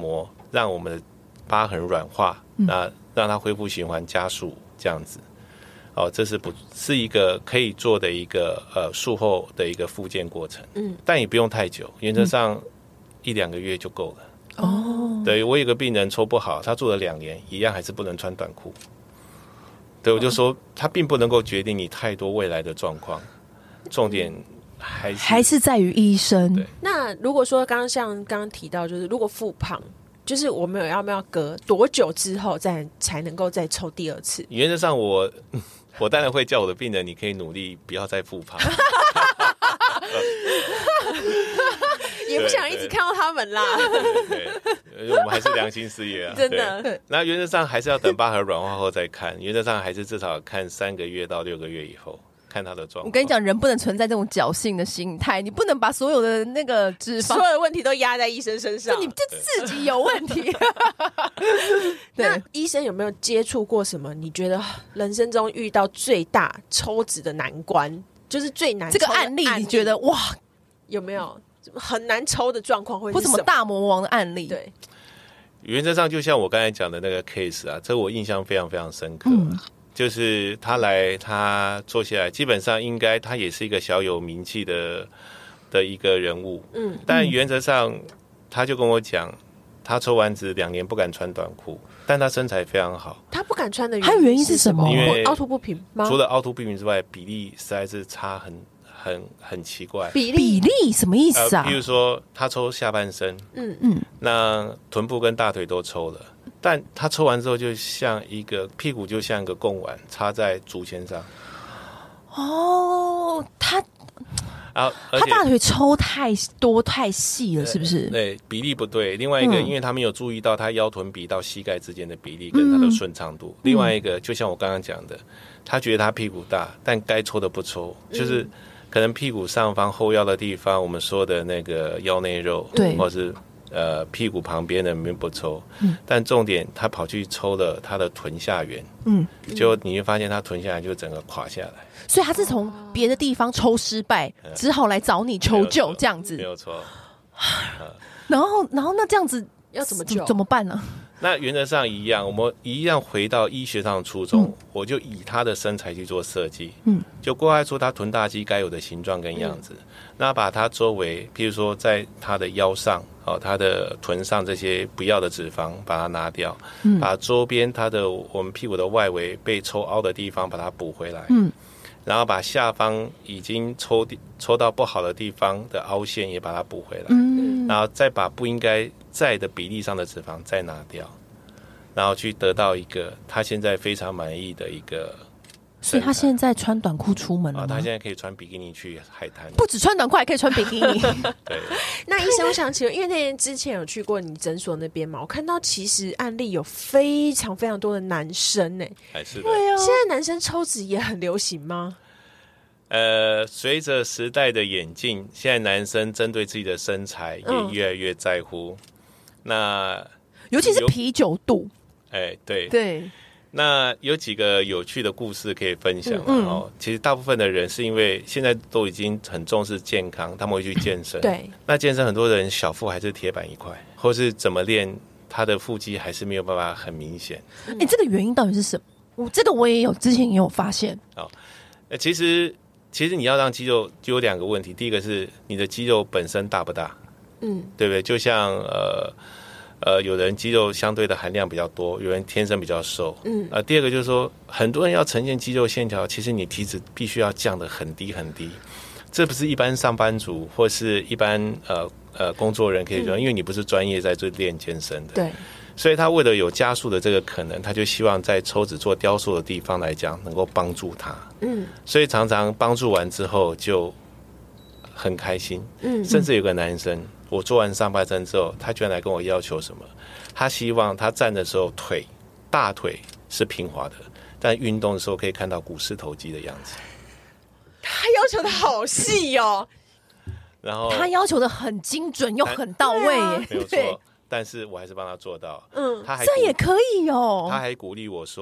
让我们的疤痕软化，那让它恢复循环加速这样子。哦，这是不是一个可以做的一个呃术后的一个复健过程，嗯，但也不用太久，原则上一两个月就够了。哦，对，我有个病人抽不好，他做了两年，一样还是不能穿短裤。对，我就说他并不能够决定你太多未来的状况，重点还是还是在于医生。 对， 那如果说刚刚像刚刚提到，就是如果复胖，就是我们有要不要隔多久之后再才能够再抽第二次？ 原则上我。我当然会叫我的病人，你可以努力不要再复胖， 也不想一直看到他们啦。 对对，我们还是良心事业啊， 真的。 那原则上还是要等疤痕软化后再看，原则上还是至少看三个月到六个月以后。看他的状况。 我跟你讲，人不能存在这种侥幸的心态，你不能把所有的那个脂肪、 所有的问题都压在医生身上， 你就自己有问题。 那医生有没有接触过什么？你觉得人生中遇到最大抽脂的难关，就是最难抽的这个案例，你觉得哇， 有没有很难抽的状况，或或什么大魔王的案例？ 对， 原则上就像我刚才讲的那个 case 啊，这我印象非常非常深刻。嗯，就是他来，他坐下来，基本上应该他也是一个小有名气的的一个人物，嗯，但原则上他就跟我讲，他抽完脂两年不敢穿短裤，但他身材非常好。 他不敢穿的原因，他原因是什么？ 因为凹凸不平吗？ 除了凹凸不平之外，比例实在是差很很很奇怪。 比例比例什么意思啊？ 呃、比如说他抽下半身，嗯嗯，那臀部跟大腿都抽了。但他抽完之后，就像一个屁股，就像一个贡丸插在竹签上。 哦，他啊， 他大腿抽太多太细了，是不是？ 对，比例不对。另外一个，嗯、因为他没有注意到他腰臀比到膝盖之间的比例跟他的顺畅度。嗯、另外一个，就像我刚刚讲的，他觉得他屁股大，但该抽的不抽，嗯、就是可能屁股上方后腰的地方，我们说的那个腰内肉， 对， 或是。呃，屁股旁边的没不抽，嗯，但重点他跑去抽了他的臀下缘，嗯，结果你会发现他臀下缘就整个垮下来， 所以他是从别的地方抽失败，嗯、只好来找你求救，这样子， 没有错。 然后，然后那这样子要怎么救？ 怎么办呢？ 那原则上一样，我们一样回到医学上的初衷，嗯、我就以他的身材去做设计，嗯，就规划出他臀大肌该有的形状跟样子，嗯、那把他周围，譬如说在他的腰上。哦，他的臀上这些不要的脂肪把它拿掉，嗯、把周边他的我们屁股的外围被抽凹的地方把它补回来，嗯，然后把下方已经抽抽到不好的地方的凹陷也把它补回来，嗯，然后再把不应该在的比例上的脂肪再拿掉，然后去得到一个他现在非常满意的一个。 所以他现在穿短裤出门了吗？ 啊，他现在可以穿比基尼去海滩， 不止穿短裤，还可以穿比基尼。 对。 那医生，我想请问，因为那天之前有去过你诊所那边嘛，我看到其实案例有非常非常多的男生呢、欸。 还是的。 对啊。 现在男生抽脂也很流行吗？ 呃，随着时代的演进，现在男生针对自己的身材也越来越在乎。嗯、那尤其是啤酒肚。 哎、欸，对对。 那有几个有趣的故事可以分享、嗯哦、其实大部分的人是因为现在都已经很重视健康，他们会去健身。 对， 那健身很多人小腹还是铁板一块，或是怎么练，他的腹肌还是没有办法很明显。 哎、欸，这个原因到底是什么？我这个我也有，之前也有发现。 哦，其实其实你要让肌肉就有两个问题，第一个是你的肌肉本身大不大，嗯，对不对？就像呃。呃，有人肌肉相对的含量比较多，有人天生比较瘦。嗯，呃，第二个就是说，很多人要呈现肌肉线条，其实你体脂必须要降得很低很低，这不是一般上班族或是一般呃呃工作人可以做，嗯、因为你不是专业在做练健身的。 对， 所以他为了有加速的这个可能，他就希望在抽脂做雕塑的地方来讲，能够帮助他。嗯，所以常常帮助完之后就很开心。嗯，甚至有个男生。我做完上半身之后，他居然来跟我要求什么？他希望他站的时候腿大腿是平滑的，但运动的时候可以看到股四头肌的样子。 他要求的好细哦， 然后他要求的很精准又很到位耶， 没有错。但是我还是帮他做到。嗯，他还这也可以哦。 他还鼓励我说：“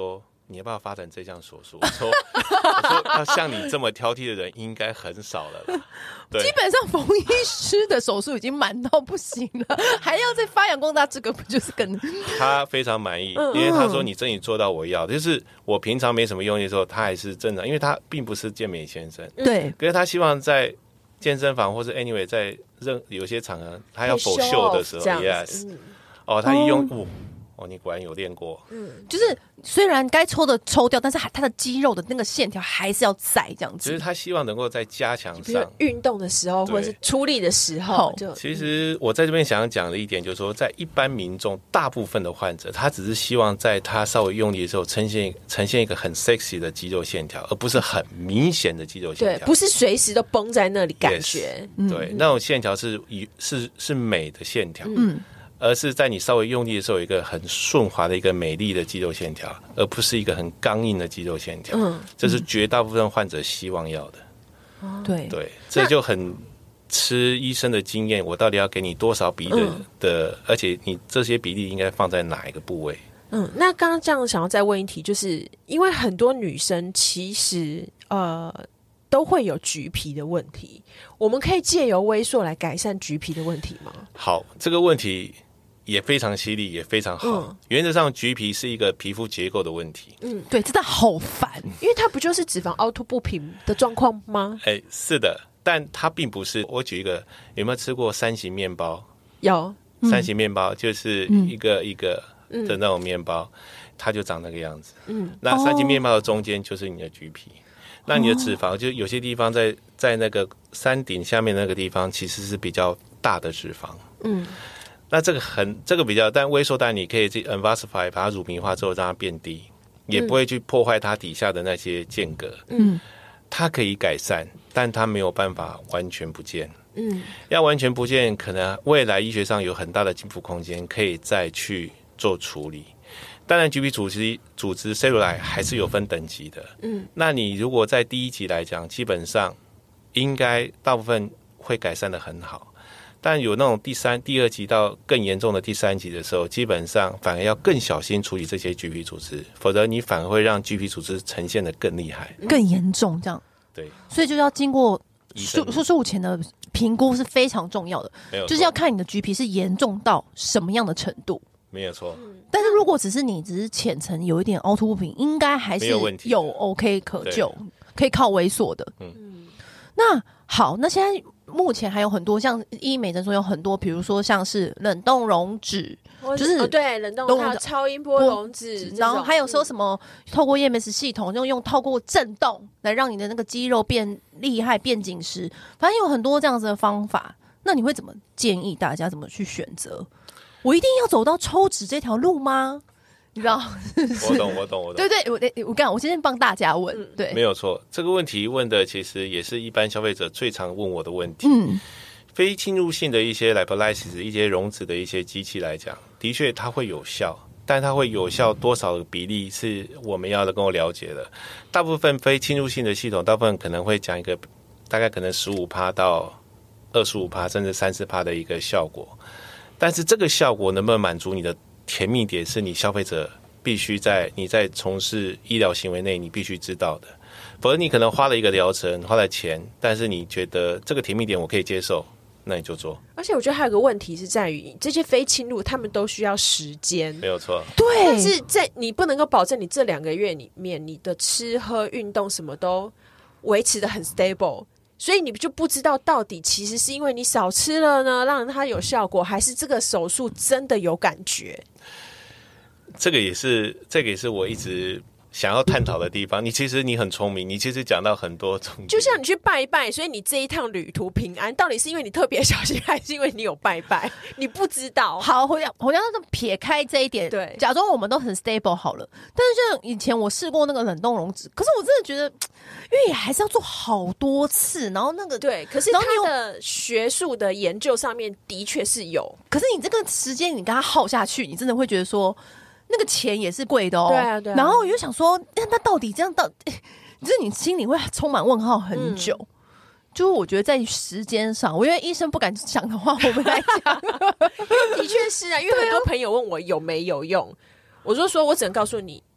你要不要发展这项手术？我说我说要像你这么挑剔的人应该很少了啦。对， 基本上冯医师的手术已经满到不行了，还要再发扬光大，这个不就是更他非常满意，因为他说你真的做到我要的，就是我平常没什么用力的时候，他还是正常，因为他并不是健美先生， 对， 可是他希望在健身房或是 anyway 在任有些场合他要否秀的时候 ，yes，、嗯、哦，他一用，哦哦，你果然有练过。嗯， 就是虽然该抽的抽掉，但是他的肌肉的那个线条还是要在这样子。 就是他希望能够在加强上， 运动的时候或者是出力的时候就。 其实我在这边想要讲的一点就是说，在一般民众大部分的患者，他只是希望在他稍微用力的时候呈现呈现一个很 sexy 的肌肉线条，而不是很明显的肌肉线条。 对，不是随时都绷在那里感觉。 Yes, 嗯、对，那种线条是是是美的线条。嗯。而是在你稍微用力的时候，有一个很顺滑的一个美丽的肌肉线条，而不是一个很刚硬的肌肉线条。嗯，这是绝大部分患者希望要的。 哦，对对，这就很吃医生的经验，我到底要给你多少比的、嗯、的，而且你这些比例应该放在哪一个部位？ 嗯，那刚刚这样想要再问一题，就是因为很多女生其实呃都会有橘皮的问题，我们可以借由微塑来改善橘皮的问题吗？ 好，这个问题也非常犀利，也非常好。嗯、原则上，橘皮是一个皮肤结构的问题。 嗯，对，真的好烦， 因为它不就是脂肪凹凸不平的状况吗？ 哎，是的，但它并不是。我举一个，有没有吃过三型面包？ 有， 嗯、三型面包就是一个、嗯、一个的那种面包，它就长那个样子。嗯，那三型面包的中间就是你的橘皮。哦，那你的脂肪就有些地方在在那个山顶下面那个地方，其实是比较大的脂肪。嗯。那这个很这个比较，但微塑当然你可以去 emulsify 把它乳糜化之后让它变低，也不会去破坏它底下的那些间隔。嗯，它可以改善，但它没有办法完全不见。嗯，要完全不见，可能未来医学上有很大的进步空间，可以再去做处理。当然，橘皮组织组织 cellulite 还是有分等级的。嗯，那你如果在第一级来讲，基本上应该大部分会改善得很好。但有那种第三、第二级到更严重的第三级的时候，基本上反而要更小心处理这些橘皮组织，否则你反而会让橘皮组织呈现得更厉害、 更严重。这样， 对， 所以就要经过手术前的评估是非常重要的， 没有， 就是要看你的橘皮是严重到什么样的程度。 没有错。 但是如果只是你只是浅层有一点凹凸不平，应该还是有 OK 可救，可以靠微塑的。嗯，那好，那现在。目前还有很多像医美诊所有很多，比如说像是冷冻溶脂，就是、 哦、对冷冻还有超音波溶脂， 然后还有说什么透过 E M S 系统，用用透过震动来让你的那个肌肉变厉害、变紧实，反正有很多这样子的方法。那你会怎么建议大家怎么去选择？我一定要走到抽脂这条路吗？你知道？ 我懂，我懂，我懂。 对对，我我刚我今天帮大家问，嗯、对， 没有错。这个问题问的其实也是一般消费者最常问我的问题。嗯，非侵入性的一些 lipolysis 一些溶脂的一些机器来讲，的确它会有效，但它会有效多少的比例是我们要的跟我了解的。大部分非侵入性的系统，大部分可能会讲一个大概可能 百分之十五 到 二十五 甚至 百分之三十 的一个效果，但是这个效果能不能满足你的甜蜜点，是你消费者必须在你在从事医疗行为内你必须知道的，否则你可能花了一个疗程花了钱，但是你觉得这个甜蜜点我可以接受，那你就做。 而且我觉得还有个问题是在于，这些非侵入他们都需要时间， 没有错。 对， 但是在你不能够保证你这两个月里面你的吃喝运动什么都维持得很 stable，所以你就不知道到底其实是因为你少吃了呢让它有效果，还是这个手术真的有感觉。 这个也是这个也是我一直想要探讨的地方。你其实你很聪明，你其实讲到很多重点， 就像你去拜一拜，所以你这一趟旅途平安，到底是因为你特别小心，还是因为你有拜拜？你不知道。 好，我想我想撇开这一点，对，假装我们都很 stable 好了。但是像以前我试过那个冷冻溶脂，可是我真的觉得，因为也还是要做好多次，然后那个对，可是它的学术的研究上面的确是有， 可是你这个时间你跟它耗下去，你真的会觉得说。那个钱也是贵的哦， 对啊，对啊。 然后我就想说，那那到底这样到，就是你心里会充满问号很久。嗯、就是我觉得在时间上，我因为医生不敢讲的话，我们来讲， 的确是啊。因为很多朋友问我有没有用，我就说我只能告诉你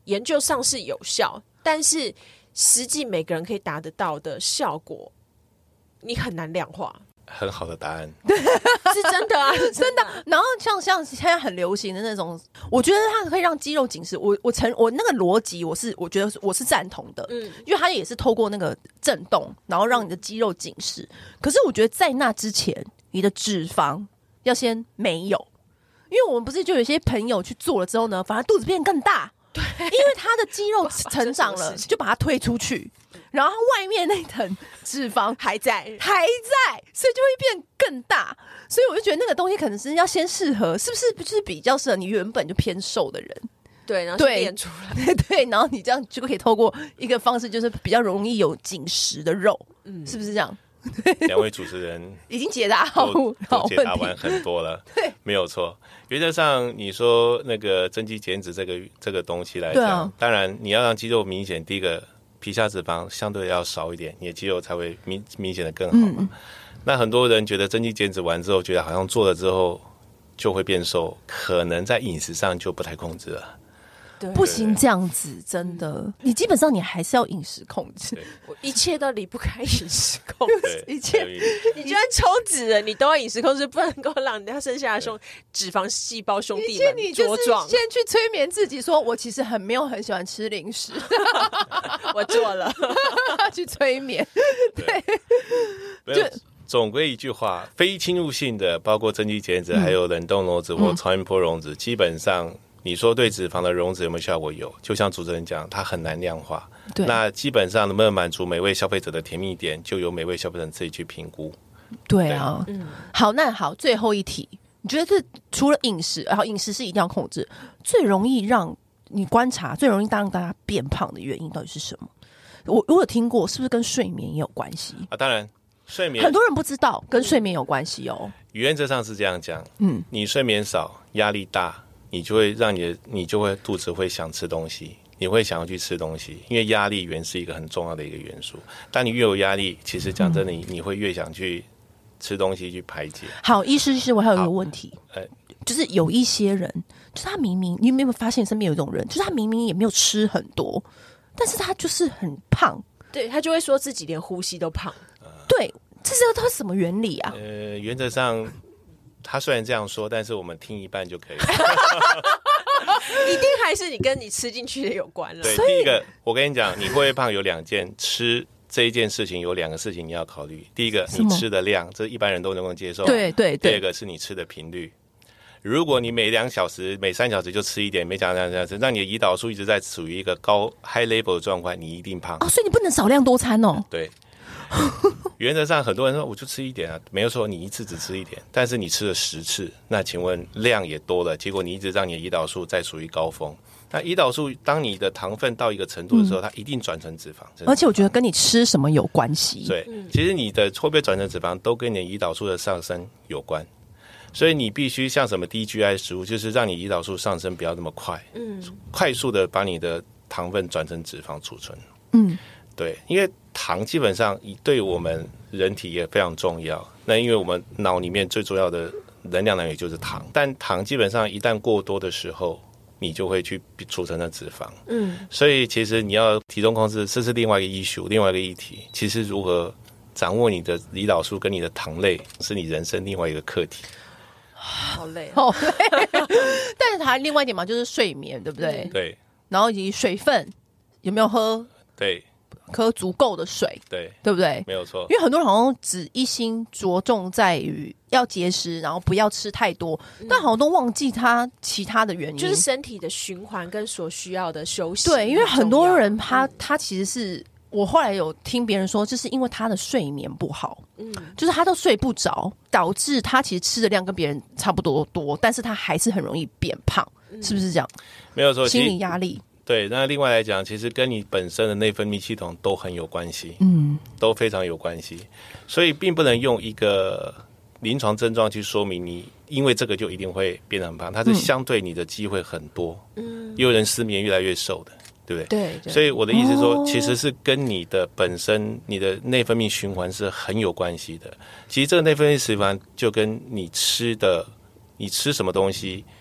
研究上是有效，但是实际每个人可以达得到的效果，你很难量化。 很好的答案， 是真的啊，是真的。然后像像现在很流行的那种，我觉得它可以让肌肉紧实。我我承我那个逻辑，我是我觉得我是赞同的，嗯，因为它也是透过那个震动，然后让你的肌肉紧实。可是我觉得在那之前，你的脂肪要先没有，因为我们不是就有些朋友去做了之后呢，反而肚子变更大，对，因为他的肌肉成长了，就把它推出去。然后它外面那层脂肪还在还在，所以就会变更大。所以我就觉得那个东西可能是要先适合，是不是就是比较适合你原本就偏瘦的人， 对，然后练出来， 对，然后你这样就可以透过一个方式，就是比较容易有紧实的肉，嗯，是不是这样？ 两位主持人已经解答好， 都都解答完很多了， 对， 没有错。原则上，你说那个增肌减脂这个这个东西来讲，啊、当然你要让肌肉明显，第一个。皮下脂肪相对要少一点，你的肌肉才会明明显的更好嘛、嗯。那很多人觉得增肌减脂完之后，觉得好像做了之后就会变瘦，可能在饮食上就不太控制了。 对，不行这样子，真的，你基本上你还是要饮食控制， 我一切都离不开饮食控制， 一切。 你就算抽脂了，你都要饮食控制，不能够让人家剩下的兄脂肪细胞兄弟们茁壮。 先去催眠自己，说我其实很没有很喜欢吃零食， 我做了， 去催眠，对， 就。总归一句话，非侵入性的，包括增肌减脂，还有冷冻溶脂或超音波溶脂，嗯、基本上你说对脂肪的溶脂有没有效果？有，就像主持人讲，它很难量化。对，那基本上能不能满足每位消费者的甜蜜点，就由每位消费者自己去评估。 对啊，对嗯，好，那好，最后一题，你觉得除了饮食，然后饮食是一定要控制，最容易让你观察，最容易让大家变胖的原因到底是什么？我我有听过，是不是跟睡眠也有关系啊？当然。睡眠很多人不知道跟睡眠有关系哦。 原则上是这样讲，嗯，你睡眠少，压力大，你就会让你的你就会肚子会想吃东西，你会想要去吃东西，因为压力源是一个很重要的一个元素。当你越有压力，其实讲真的，你你会越想去吃东西去排解。 好，医师，医师，我还有一个问题，呃，就是有一些人，就是他明明，你有没有发现身边有一种人，就是他明明也没有吃很多，但是他就是很胖， 对他就会说自己连呼吸都胖。 对，这是它什么原理啊？ 呃，原则上，他虽然这样说，但是我们听一半就可以了。 一定还是你跟你吃进去的有关了。 对，第一个，我跟你讲，你会不会胖有两件，吃这一件事情有两个事情你要考虑。第一个，你吃的量，这一般人都能够接受。 对对对。 第二个是你吃的频率。如果你每两小时、每三小时就吃一点，每讲两小时，让你的胰岛素一直在处于一个高 high level 的状况，你一定胖。 哦，所以你不能少量多餐哦。 对。原则上很多人说我就吃一点啊，没有说你一次只吃一点，但是你吃了十次，那请问量也多了，结果你一直让你的胰岛素在处于高峰。那胰岛素当你的糖分到一个程度的时候，嗯、它一定转成脂肪。 而且我觉得跟你吃什么有关系。 对，其实你的会不会转成脂肪都跟你的胰岛素的上升有关。所以你必须像什么低 G I 食物，就是让你胰岛素上升不要那么快，嗯，快速的把你的糖分转成脂肪储存。嗯，对，因为糖基本上对我们人体也非常重要。那因为我们脑里面最重要的能量来源就是糖，但糖基本上一旦过多的时候，你就会去储存的脂肪。嗯，所以其实你要体重控制，这是另外一个 issue， 另外一个议题。其实如何掌握你的胰岛素跟你的糖类，是你人生另外一个课题。 好累， 好累。但是还另外一点嘛，就是睡眠，对不对？ 对。 然后以及水分有没有喝？ 对。 喝足够的水， 对， 对不对？ 没有错。 因为很多人好像只一心着重在于要节食，然后不要吃太多，嗯、但好像都忘记他其他的原因， 就是身体的循环跟所需要的休息。 对，因为很多人他、嗯、他其实是我后来有听别人说，就是因为他的睡眠不好，嗯，就是他都睡不着，导致他其实吃的量跟别人差不多多，但是他还是很容易变胖，嗯、是不是这样？ 没有错， 心理压力。 对，那另外来讲，其实跟你本身的内分泌系统都很有关系，嗯，都非常有关系，所以并不能用一个临床症状去说明你因为这个就一定会变得很胖，它是相对你的机会很多，嗯，也有人失眠越来越瘦的，对不对？ 对， 所以我的意思是说，哦、其实是跟你的本身你的内分泌循环是很有关系的。其实这个内分泌循环就跟你吃的，你吃什么东西。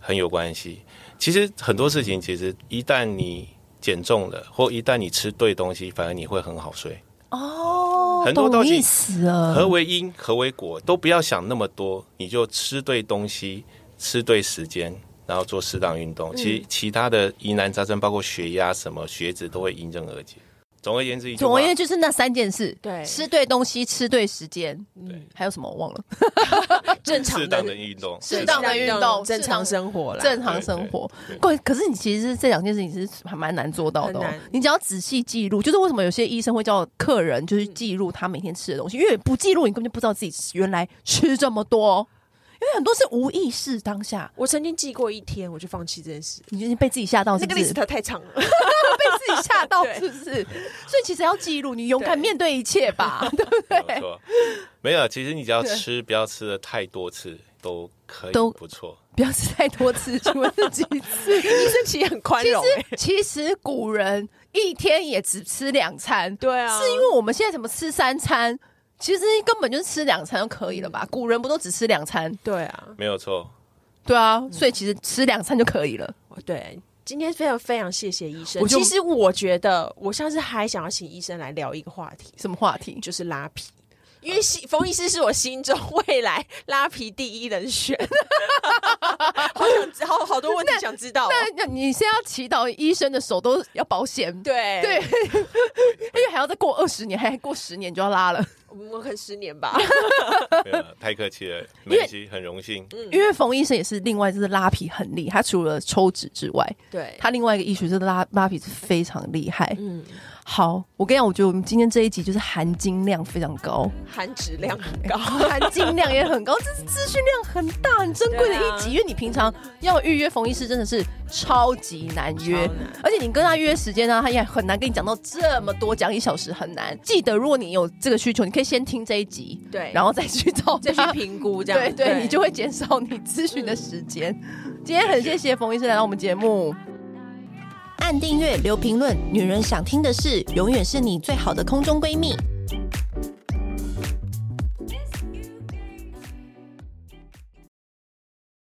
很有关系。其实很多事情，其实一旦你减重了，或一旦你吃对东西，反而你会很好睡。 哦， 很多东西懂意思了。 何为因，何为果，都不要想那么多，你就吃对东西，吃对时间，然后做适当运动。嗯、其实其他的疑难杂症，包括血压、什么血脂，都会迎刃而解。总而言之， 总而言之就是那三件事： 对， 吃对东西，吃对时间， 对， 还有什么我忘了。 正常的适当的运动， 适当的运动， 正常生活啦， 正常生活。可是你其实这两件事情是还蛮难做到的、哦。你只要仔细记录，就是为什么有些医生会叫客人就是记录他每天吃的东西，因为不记录你根本就不知道自己原来吃这么多。因为很多是无意识当下， 我曾经记过一天，我就放弃这件事。 你已经被自己吓到是不是， 那个 list 太长了， 被自己吓到是不是？所以其实要记录，你勇敢面对一切吧，对不对？ 没错，没有，其实你只要吃，不要吃的太多次都可以，都不错。 不要吃太多次，请问是几次？ 医生其实很宽容、欸。 其实，其实古人一天也只吃两餐， 对啊， 是因为我们现在怎么吃三餐？其实根本就是吃两餐就可以了吧？嗯、古人不都只吃两餐？ 对啊， 没有错。 对啊，所以其实吃两餐就可以了。 对，今天非常非常谢谢医生。其实我觉得，我下次还想要请医生来聊一个话题。 什么话题？ 就是拉皮。因为冯医师是我心中未来拉皮第一人选，好想好好多问题想知道、哦。 那你现在要祈祷医生的手都要保险， 对对，因为还要再过二十年，还过十年就要拉了。 我可能十年吧。 没有，太客气了，没关系，很荣幸。 嗯、因为冯医生也是另外就是拉皮很厉害，他除了抽脂之外， 对他另外一个医学就是拉拉皮是非常厉害。 嗯。 好，我跟你讲，我觉得我们今天这一集就是含金量非常高， 含质量很高， 含金量也很高，这是资讯量很大、很珍贵的一集。啊、因为你平常要预约冯医师真的是超级难约，难而且你跟他约时间呢，他也很难跟你讲到这么多，讲一小时很难。记得，如果你有这个需求，你可以先听这一集， 对， 然后再去找再去评估，这样对 对, 对，你就会减少你咨询的时间。嗯、今天很谢谢冯医师来到我们节目。按订阅，留评论，女人想听的事，永远是你最好的空中闺蜜。